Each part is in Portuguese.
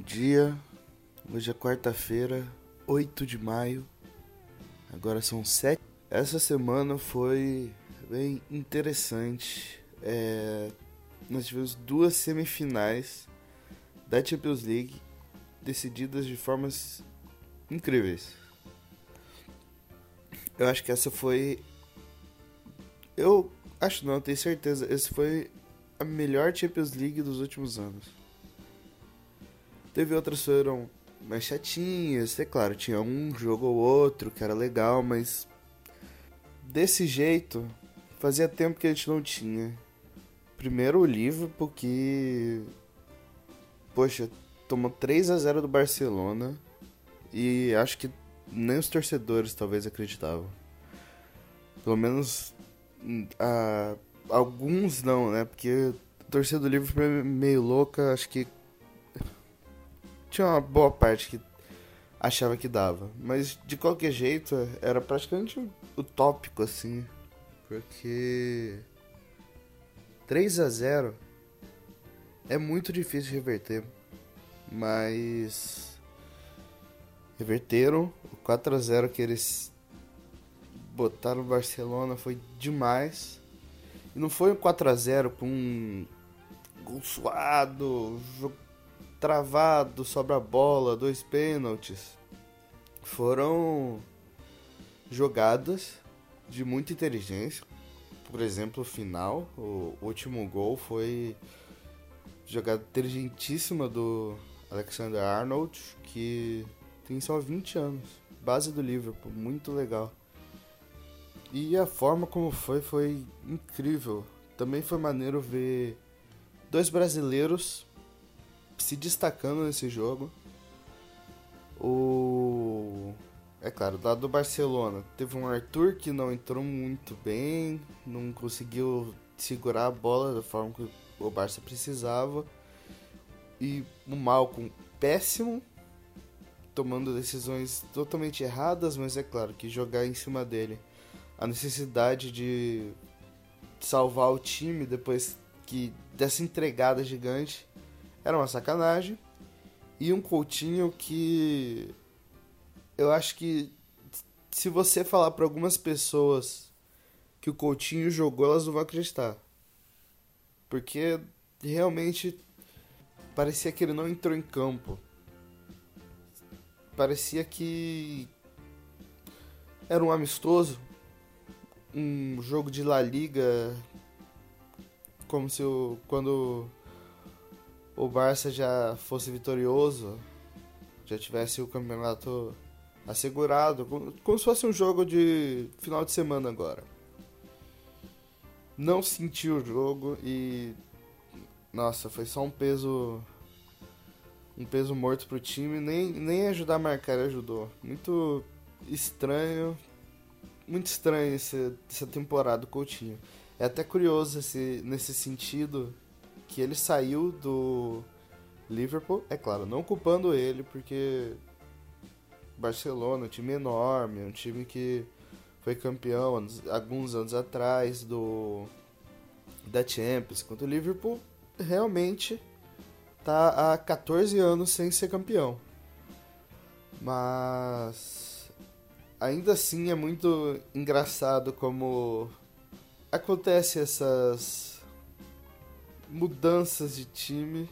dia. Hoje é quarta-feira, 8 de maio. Agora são 7. Essa semana foi bem interessante. Nós tivemos duas semifinais da Champions League decididas de formas incríveis. Eu acho que essa foi... Eu acho não, eu tenho certeza. Essa foi a melhor Champions League dos últimos anos. Teve outras que foram mais chatinhas. É claro, tinha um jogo ou outro que era legal, mas desse jeito fazia tempo que a gente não tinha. Primeiro o Liverpool, que poxa, tomou 3-0 do Barcelona. E acho que nem os torcedores talvez acreditavam. Pelo menos alguns não, né? Porque a torcida do Liverpool é meio louca. Acho que tinha uma boa parte que achava que dava. Mas de qualquer jeito era praticamente utópico assim. Porque 3-0 é muito difícil de reverter. Mas reverteram. O 4-0 que eles botaram no Barcelona foi demais. E não foi um 4-0 com um gol suado, jogo travado, sobra a bola, 2 pênaltis. Foram jogadas de muita inteligência. Por exemplo, o final, o último gol foi jogada inteligentíssima do Alexander Arnold, que tem só 20 anos. Base do Liverpool, muito legal. E a forma como foi incrível. Também foi maneiro ver dois brasileiros se destacando nesse jogo. É claro, do lado do Barcelona, teve um Arthur que não entrou muito bem, não conseguiu segurar a bola da forma que o Barça precisava. E o Malcom, péssimo, tomando decisões totalmente erradas, mas é claro que jogar em cima dele, a necessidade de salvar o time depois dessa entregada gigante, era uma sacanagem. E um Coutinho que eu acho que se você falar para algumas pessoas que o Coutinho jogou, elas não vão acreditar. Porque realmente parecia que ele não entrou em campo. Parecia que era um amistoso, um jogo de La Liga, como se quando o Barça já fosse vitorioso, já tivesse o campeonato assegurado, como se fosse um jogo de final de semana agora. Não senti o jogo e nossa, foi só um peso morto pro time, nem ajudar a marcar ele ajudou. Muito estranho essa temporada do Coutinho. É até curioso nesse sentido que ele saiu do Liverpool, é claro, não culpando ele, porque Barcelona, um time enorme, um time que foi campeão alguns anos atrás da Champions, enquanto o Liverpool realmente tá há 14 anos sem ser campeão. Mas ainda assim é muito engraçado como acontece essas mudanças de time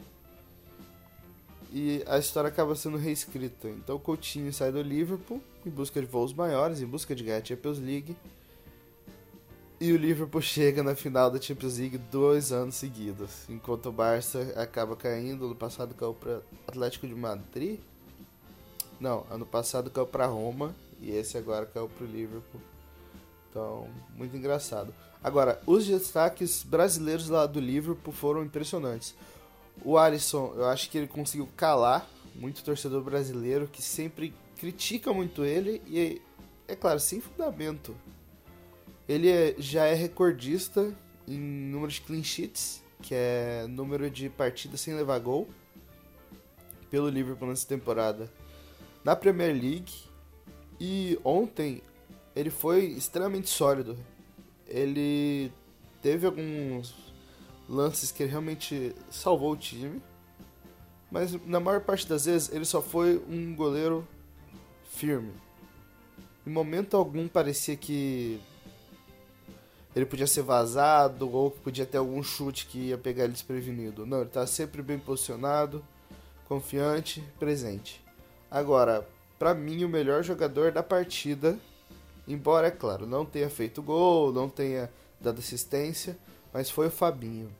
e a história acaba sendo reescrita. Então o Coutinho sai do Liverpool em busca de voos maiores, em busca de ganhar a Champions League, e o Liverpool chega na final da Champions League 2 anos seguidos, enquanto o Barça acaba caindo. No passado caiu para Atlético de Madrid, não, ano passado caiu para Roma, e esse agora caiu para o Liverpool. Então, muito engraçado. Agora, os destaques brasileiros lá do Liverpool foram impressionantes. O Alisson, eu acho que ele conseguiu calar muito torcedor brasileiro que sempre critica muito ele, e é claro, sem fundamento. Ele já é recordista em número de clean sheets, que é número de partidas sem levar gol, pelo Liverpool nessa temporada na Premier League. E ontem ele foi extremamente sólido. Ele teve alguns lances que ele realmente salvou o time. mas na maior parte das vezes ele só foi um goleiro firme. Em momento algum parecia que ele podia ser vazado ou que podia ter algum chute que ia pegar ele desprevenido. Não, ele tá sempre bem posicionado, confiante, presente. Agora, pra mim o melhor jogador da partida, embora, é claro, não tenha feito gol, não tenha dado assistência, mas foi o Fabinho.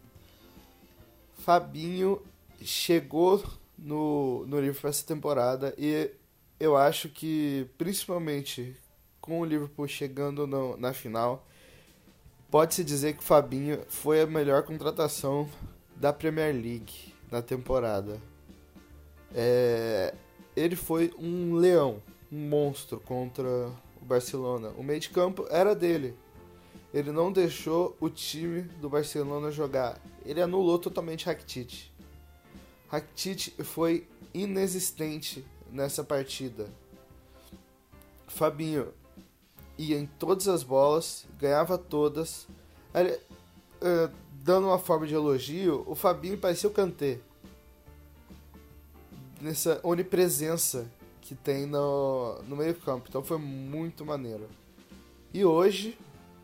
Fabinho chegou no Liverpool essa temporada e eu acho que, principalmente com o Liverpool chegando na final, pode-se dizer que o Fabinho foi a melhor contratação da Premier League na temporada. Ele foi um leão, um monstro contra o Barcelona. O meio de campo era dele. Ele não deixou o time do Barcelona jogar. Ele anulou totalmente Rakitic. Rakitic foi inexistente nessa partida. Fabinho ia em todas as bolas, ganhava todas. Ele, dando uma forma de elogio, o Fabinho parecia o Kanté. Nessa onipresença que tem no meio campo. Então foi muito maneiro. E hoje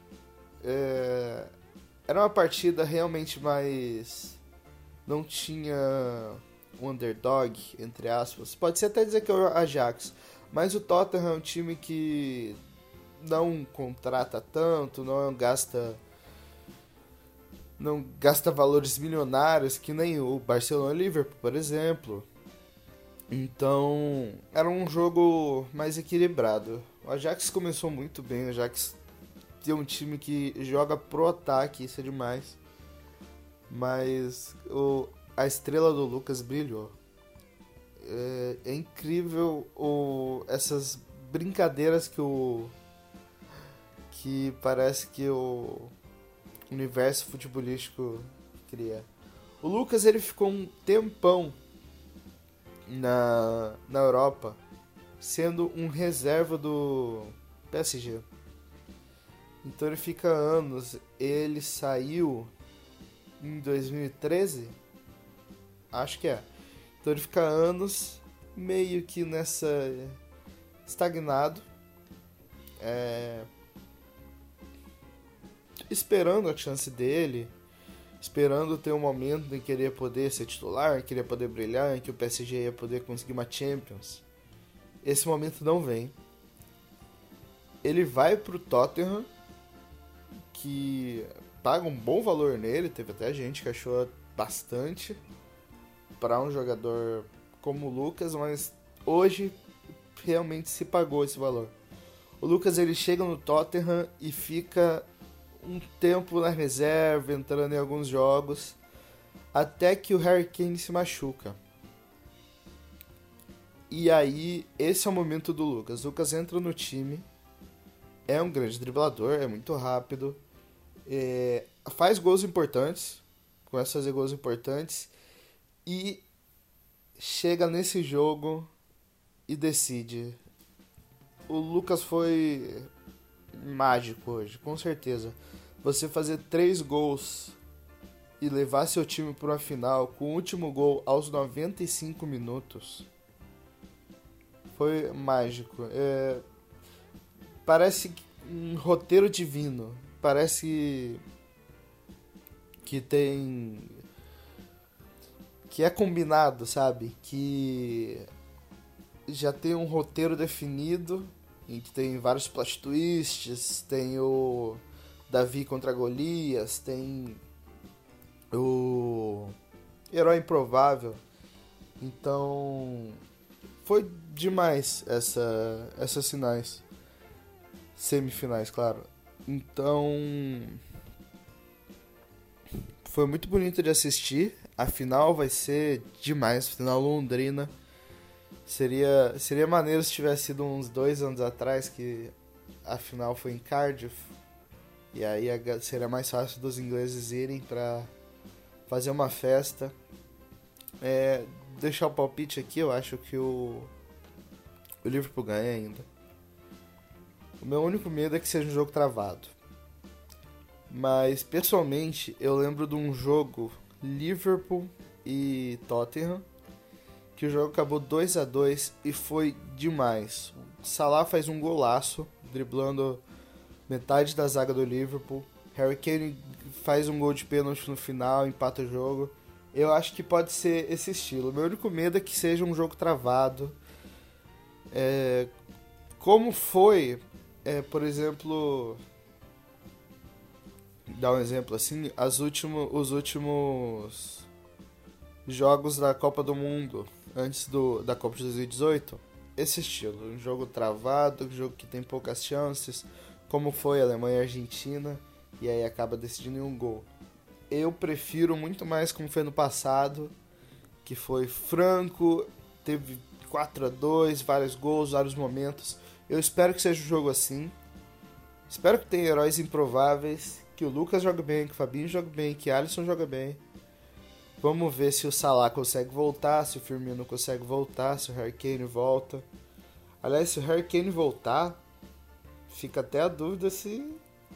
era uma partida realmente mais... Não tinha um underdog, entre aspas. Pode ser até dizer que é o Ajax. Mas o Tottenham é um time que não contrata tanto, não gasta valores milionários que nem o Barcelona e Liverpool, por exemplo. Então, era um jogo mais equilibrado. O Ajax começou muito bem, o Ajax tem um time que joga pro ataque, isso é demais. Mas a estrela do Lucas brilhou. É incrível essas brincadeiras que parece que o universo futebolístico cria. O Lucas ele ficou um tempão na Europa, sendo um reserva do PSG. Então ele fica anos. Ele saiu em 2013, acho que é. Então ele fica anos meio que nessa estagnado, esperando a chance dele, esperando ter um momento em que ele ia poder ser titular, que ele ia poder brilhar, em que o PSG ia poder conseguir uma Champions. Esse momento não vem. Ele vai pro Tottenham, que paga um bom valor nele, teve até gente que achou bastante para um jogador como o Lucas, mas hoje realmente se pagou esse valor. O Lucas ele chega no Tottenham e fica um tempo na reserva, entrando em alguns jogos, até que o Harry Kane se machuca. E aí, esse é o momento do Lucas. O Lucas entra no time, é um grande driblador, é muito rápido, faz gols importantes, começa a fazer gols importantes, e chega nesse jogo e decide. O Lucas foi mágico hoje, com certeza. Você fazer 3 gols e levar seu time para uma final com o último gol aos 95 minutos foi mágico. Parece um roteiro divino. Parece que tem... que é combinado, sabe? Que já tem um roteiro definido, em que tem vários plot twists, tem o Davi contra Golias, tem o Herói Improvável. Então foi demais essas semifinais, claro. Então foi muito bonito de assistir. A final vai ser demais, final Londrina. Seria maneiro se tivesse sido uns 2 anos atrás, que a final foi em Cardiff. E aí seria mais fácil dos ingleses irem pra fazer uma festa. Deixar o palpite aqui, eu acho que o Liverpool ganha ainda. O meu único medo é que seja um jogo travado. Mas, pessoalmente, eu lembro de um jogo Liverpool e Tottenham, que o jogo acabou 2-2 e foi demais. O Salah faz um golaço, driblando metade da zaga do Liverpool. Harry Kane faz um gol de pênalti no final, empata o jogo. Eu acho que pode ser esse estilo. Meu único medo é que seja um jogo travado. Como foi, por exemplo... Dar um exemplo assim, os últimos jogos da Copa do Mundo, antes da Copa de 2018, esse estilo, um jogo travado, um jogo que tem poucas chances, como foi a Alemanha e a Argentina, e aí acaba decidindo em um gol. Eu prefiro muito mais como foi no passado, que foi franco, teve 4-2, vários gols, vários momentos. Eu espero que seja um jogo assim. Espero que tenha heróis improváveis, que o Lucas jogue bem, que o Fabinho jogue bem, que o Alisson jogue bem. Vamos ver se o Salah consegue voltar, se o Firmino consegue voltar, se o Harry Kane volta. Aliás, se o Harry Kane voltar, fica até a dúvida se...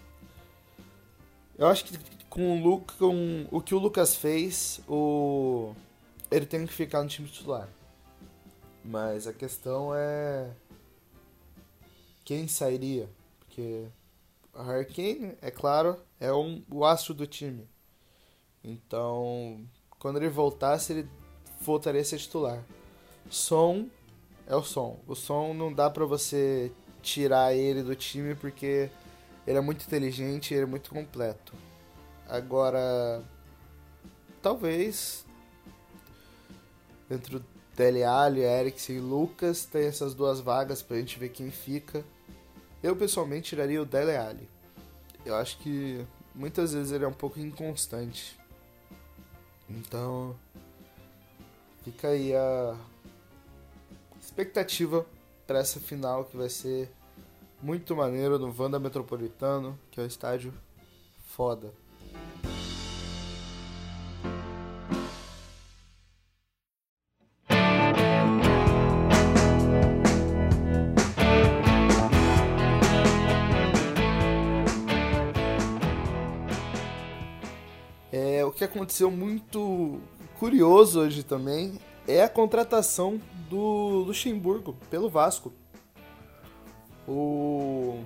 Eu acho que com o que o Lucas fez, ele tem que ficar no time titular. Mas a questão é... quem sairia? Porque o Harry Kane, é claro, é o astro do time. Então, quando ele voltasse, ele voltaria a ser titular. Son é o Son. O Son não dá pra você tirar ele do time porque ele é muito inteligente e ele é muito completo. Agora, talvez entre o Dele Alli, Eriksen e Lucas tem essas duas vagas pra gente ver quem fica. Eu pessoalmente tiraria o Dele Alli. Eu acho que muitas vezes ele é um pouco inconstante. Então, fica aí a expectativa para essa final que vai ser muito maneiro no Wanda Metropolitano, que é o estádio foda. O que aconteceu muito curioso hoje também é a contratação do Luxemburgo pelo Vasco. O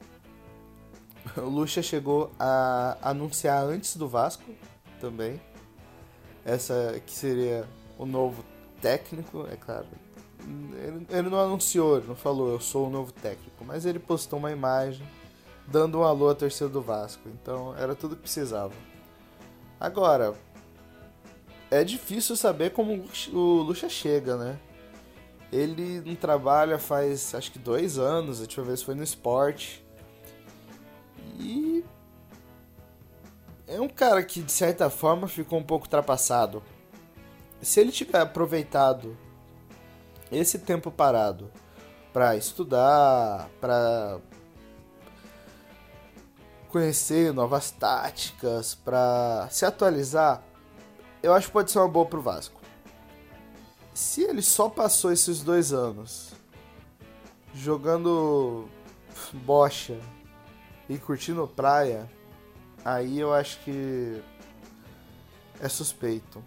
Lucha chegou a anunciar antes do Vasco também. Essa que seria o novo técnico, é claro. Ele não anunciou, ele não falou eu sou o novo técnico, mas ele postou uma imagem dando um alô à torcida do Vasco. Então era tudo que precisava. Agora, é difícil saber como o Lucha chega, né? Ele não trabalha faz, acho que 2 anos, a última vez foi no Sport. E é um cara que, de certa forma, ficou um pouco ultrapassado. Se ele tiver aproveitado esse tempo parado para estudar, para conhecer novas táticas, para se atualizar, eu acho que pode ser uma boa pro Vasco. Se ele só passou esses 2 anos jogando bocha e curtindo praia, aí eu acho que é suspeito.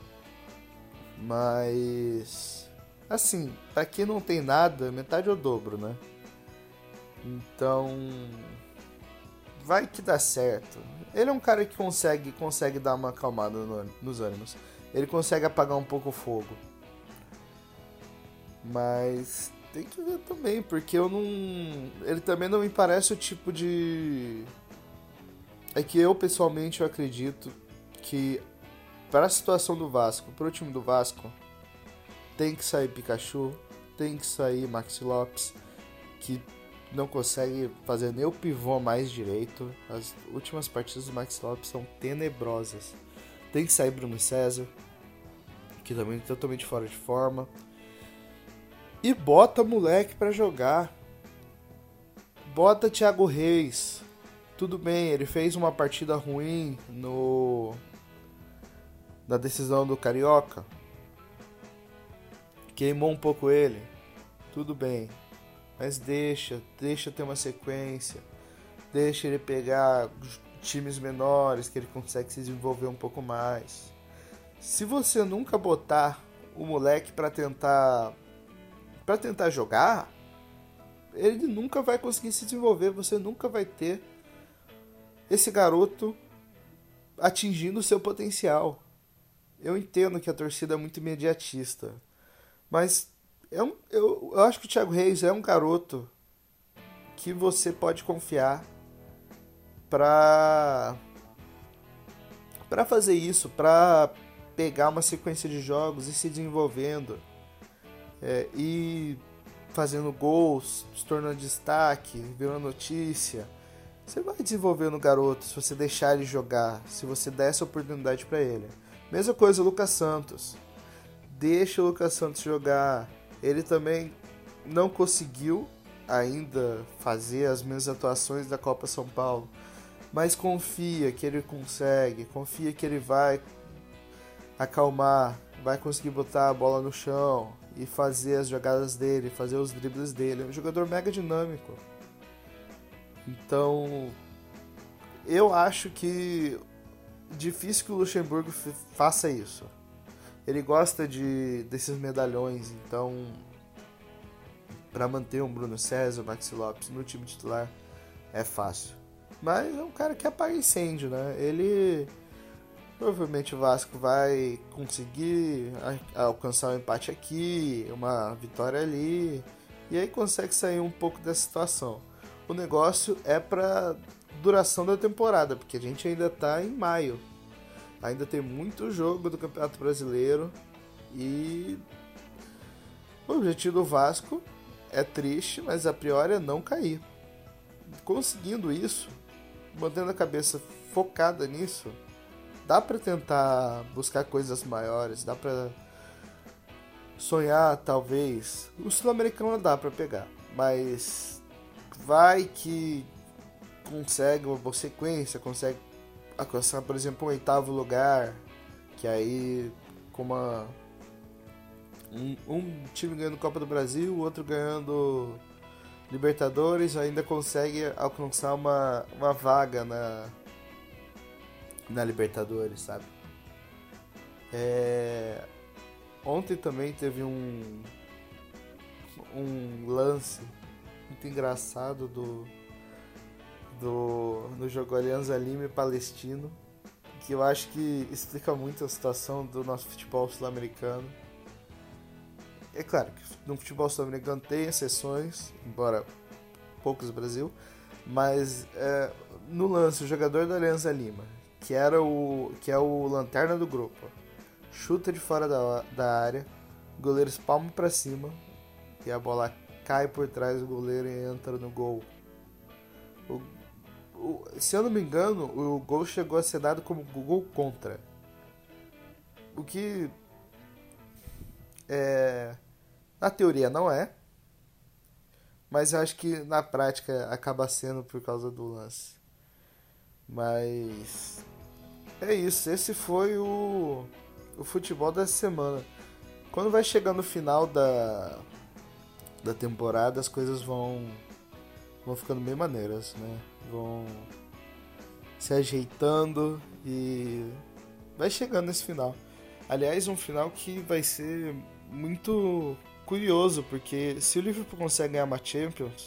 Mas, assim, pra quem não tem nada, metade é o dobro, né? Então, vai que dá certo. Ele é um cara que consegue dar uma acalmada nos ânimos. Ele consegue apagar um pouco o fogo. Mas tem que ver também, porque ele também não me parece o tipo de... É que eu, pessoalmente, eu acredito que para a situação do Vasco, para o time do Vasco, tem que sair Pikachu, tem que sair Maxi Lopes, que não consegue fazer nem o pivô mais direito. As últimas partidas do Maxi Lopes são tenebrosas. Tem que sair Bruno César, que também é totalmente fora de forma. E bota moleque pra jogar. Bota Thiago Reis. Tudo bem, ele fez uma partida ruim na decisão do Carioca. Queimou um pouco ele. Tudo bem. Mas deixa ter uma sequência. Deixa ele pegar times menores que ele consegue se desenvolver um pouco mais. Se você nunca botar o moleque para tentar jogar, ele nunca vai conseguir se desenvolver. Você nunca vai ter esse garoto atingindo o seu potencial. Eu entendo que a torcida é muito imediatista, mas eu acho que o Thiago Reis é um garoto que você pode confiar para fazer isso, para pegar uma sequência de jogos e se desenvolvendo, e fazendo gols, se tornando destaque, virando notícia. Você vai desenvolvendo o garoto se você deixar ele jogar, se você der essa oportunidade para ele. Mesma coisa o Lucas Santos. Deixa o Lucas Santos jogar. Ele também não conseguiu ainda fazer as mesmas atuações da Copa São Paulo, mas confia que ele consegue, confia que ele vai acalmar, vai conseguir botar a bola no chão e fazer as jogadas dele, fazer os dribles dele. É um jogador mega dinâmico. Então, eu acho que difícil que o Luxemburgo faça isso. Ele gosta desses medalhões, então para manter um Bruno César, o Maxi Lopes no time titular é fácil. Mas é um cara que apaga incêndio, né? Ele, provavelmente o Vasco vai conseguir alcançar um empate aqui, uma vitória ali, e aí consegue sair um pouco dessa situação. O negócio é para duração da temporada, porque a gente ainda está em maio. Ainda tem muito jogo do Campeonato Brasileiro e o objetivo do Vasco é triste, mas a priori é não cair. Conseguindo isso, mantendo a cabeça focada nisso, dá para tentar buscar coisas maiores, dá para sonhar talvez. O Sul-Americano dá para pegar, mas vai que consegue uma boa sequência, consegue alcançar, por exemplo, um 8º lugar, que aí com um time ganhando Copa do Brasil, o outro ganhando Libertadores, ainda consegue alcançar uma vaga na Libertadores, sabe? Ontem também teve um lance muito engraçado no jogo Alianza Lima e Palestino, que eu acho que explica muito a situação do nosso futebol sul-americano. É claro que no futebol sul-americano tem exceções, embora poucos no Brasil, mas no lance, o jogador da Alianza Lima, que é o lanterna do grupo, chuta de fora da área, o goleiro espalma pra cima e a bola cai por trás do goleiro e entra no gol. Se eu não me engano, o gol chegou a ser dado como gol contra. O que na teoria não é, mas eu acho que na prática acaba sendo por causa do lance. Mas é isso, esse foi o futebol dessa semana. Quando vai chegando no final da temporada, as coisas vão ficando bem maneiras, né? Vão se ajeitando e vai chegando nesse final. Aliás, um final que vai ser muito curioso, porque se o Liverpool consegue ganhar uma Champions,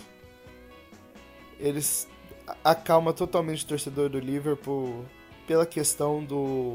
eles acalma totalmente o torcedor do Liverpool pela questão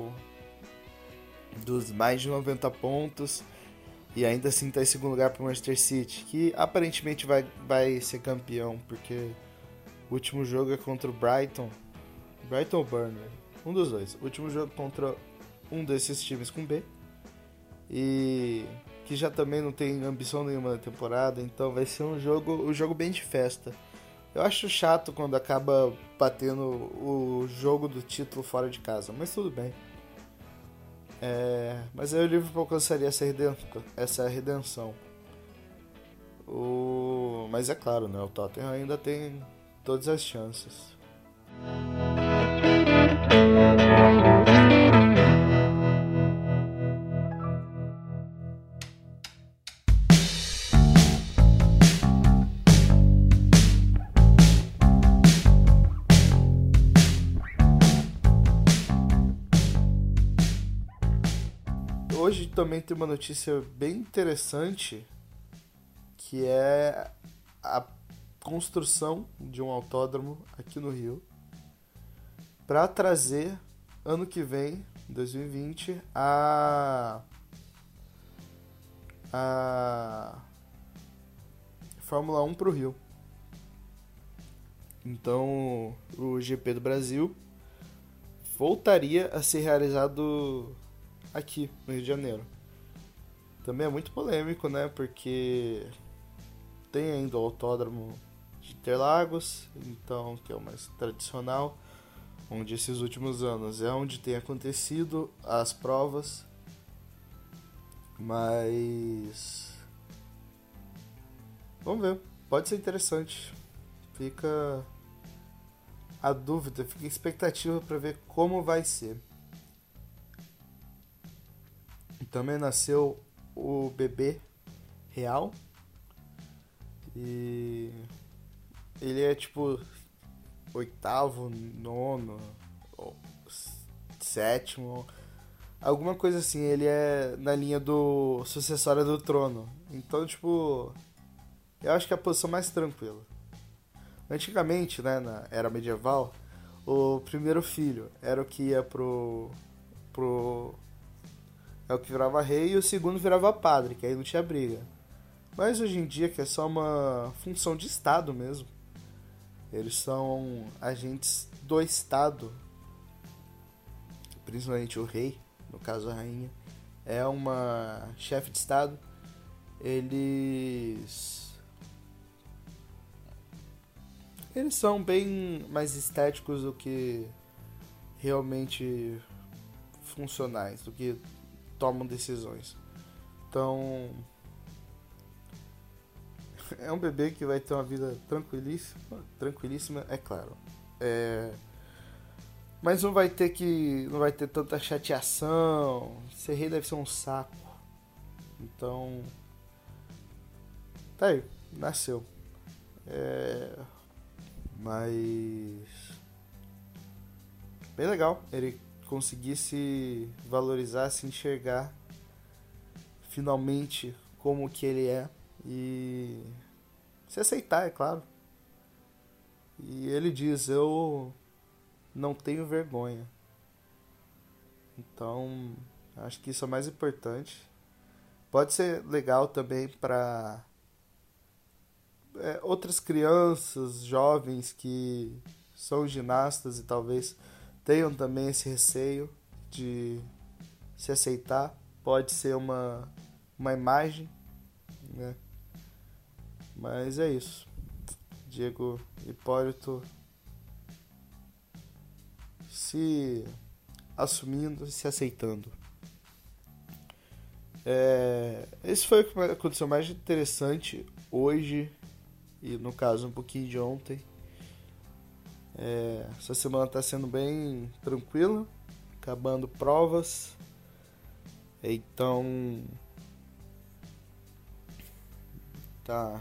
dos mais de 90 pontos e ainda assim tá em segundo lugar para o Manchester City, que aparentemente vai ser campeão, porque o último jogo é contra o Brighton ou Burnley, um dos dois. O último jogo contra um desses times com B, e que já também não tem ambição nenhuma na temporada, então vai ser um jogo bem de festa. Eu acho chato quando acaba batendo o jogo do título fora de casa, mas tudo bem. Mas aí o Liverpool alcançaria essa redenção. Mas é claro, né, o Tottenham ainda tem todas as chances. hoje também tem uma notícia bem interessante, que é a construção de um autódromo aqui no Rio para trazer ano que vem, 2020, a Fórmula 1 pro Rio. Então, o GP do Brasil voltaria a ser realizado aqui no Rio de Janeiro. Também é muito polêmico, né? Porque tem ainda o autódromo de Interlagos, então, que é o mais tradicional, onde esses últimos anos é onde tem acontecido as provas. Mas vamos ver, pode ser interessante. Fica a dúvida, fica a expectativa para ver como vai ser. Também nasceu o bebê real. E ele é tipo oitavo, nono, ou sétimo, alguma coisa assim. Ele é na linha do sucessório do trono. Então, tipo, eu acho que é a posição mais tranquila. Antigamente, né, na era medieval, o primeiro filho era o que ia pro é o que virava rei, e o segundo virava padre, que aí não tinha briga. Mas hoje em dia, que é só uma função de Estado mesmo, eles são agentes do Estado, principalmente o rei, no caso a rainha, é uma chefe de Estado. Eles são bem mais estéticos do que realmente funcionais, do que tomam decisões. Então, é um bebê que vai ter uma vida tranquilíssima, é claro. Mas não vai ter tanta chateação. Ser rei deve ser um saco. Então, tá aí, nasceu. Mas bem legal ele conseguir se valorizar, se enxergar finalmente como que ele é e se aceitar, é claro. E ele diz: eu não tenho vergonha. Então, acho que isso é o mais importante. Pode ser legal também para outras crianças, jovens que são ginastas e talvez tenham também esse receio de se aceitar. Pode ser uma imagem, né? Mas é isso. Diego Hipólito se assumindo, se aceitando. Esse foi o que aconteceu mais interessante hoje, e no caso um pouquinho de ontem. Essa semana está sendo bem tranquila, acabando provas, então tá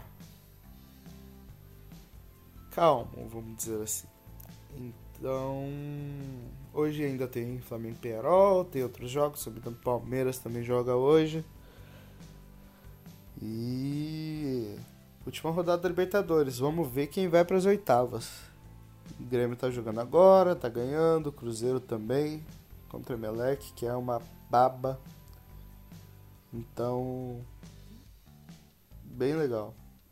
calmo, vamos dizer assim. Então, hoje ainda tem Flamengo e Peñarol, tem outros jogos, se não me engano, Palmeiras também joga hoje. E última rodada da Libertadores, vamos ver quem vai para as oitavas. O Grêmio tá jogando agora, tá ganhando, o Cruzeiro também, contra o Emelec, que é uma baba. Então, bem legal.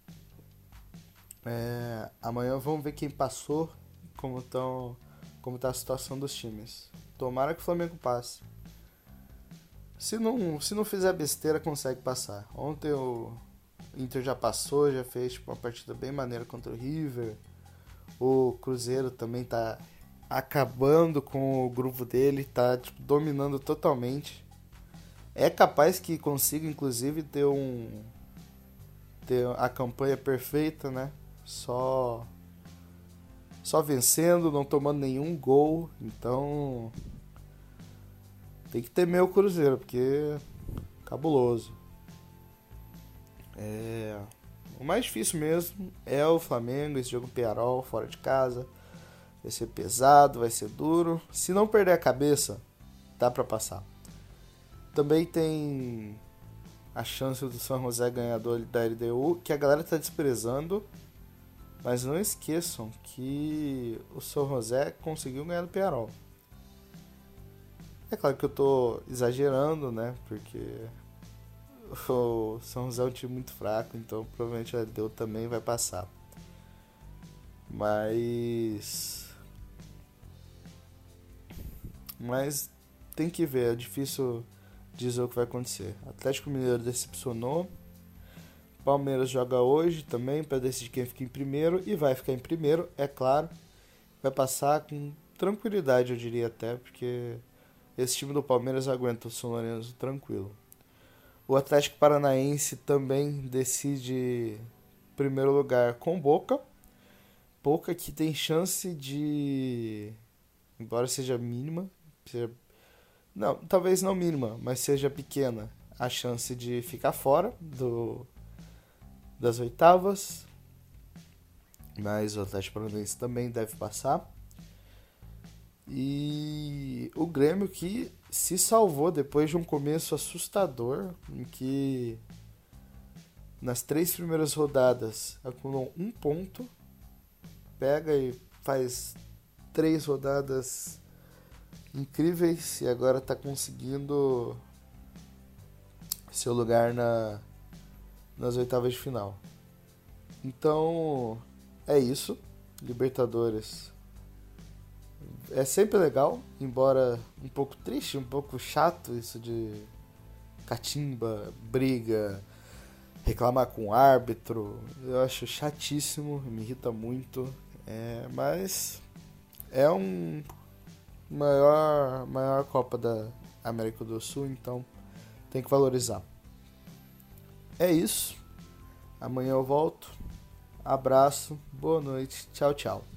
Amanhã vamos ver quem passou, como tá a situação dos times. Tomara que o Flamengo passe. Se não fizer besteira, consegue passar. Ontem o Inter já passou, já fez uma partida bem maneira contra o River. O Cruzeiro também tá acabando com o grupo dele, tá dominando totalmente. É capaz que consiga, inclusive, ter a campanha perfeita, né? Só vencendo, não tomando nenhum gol. Então, tem que temer o Cruzeiro, porque é cabuloso. O mais difícil mesmo é o Flamengo, esse jogo Peñarol, fora de casa. Vai ser pesado, vai ser duro. Se não perder a cabeça, dá pra passar. Também tem a chance do San José ganhador da LDU, que a galera tá desprezando, mas não esqueçam que o San José conseguiu ganhar do Peñarol. É claro que eu tô exagerando, né? Porque o São José é um time muito fraco, então provavelmente a LDU também vai passar. Mas tem que ver, é difícil dizer o que vai acontecer. Atlético Mineiro decepcionou. Palmeiras joga hoje também para decidir quem fica em primeiro e vai ficar em primeiro, é claro. Vai passar com tranquilidade, eu diria até, porque esse time do Palmeiras aguenta o São Lourenço tranquilo. O Atlético Paranaense também decide primeiro lugar com Boca. Boca que tem chance de, embora seja mínima, não, talvez não mínima, mas seja pequena, a chance de ficar fora das oitavas. Mas o Atlético Paranaense também deve passar. E o Grêmio que se salvou depois de um começo assustador, em que nas 3 primeiras rodadas acumulou 1 ponto, pega e faz 3 rodadas incríveis e agora está conseguindo seu lugar nas oitavas de final. Então é isso, Libertadores. É sempre legal, embora um pouco triste, um pouco chato isso de catimba, briga, reclamar com o árbitro. Eu acho chatíssimo, me irrita muito. Mas é maior Copa da América do Sul, então tem que valorizar. É isso. Amanhã eu volto. Abraço, boa noite, tchau, tchau.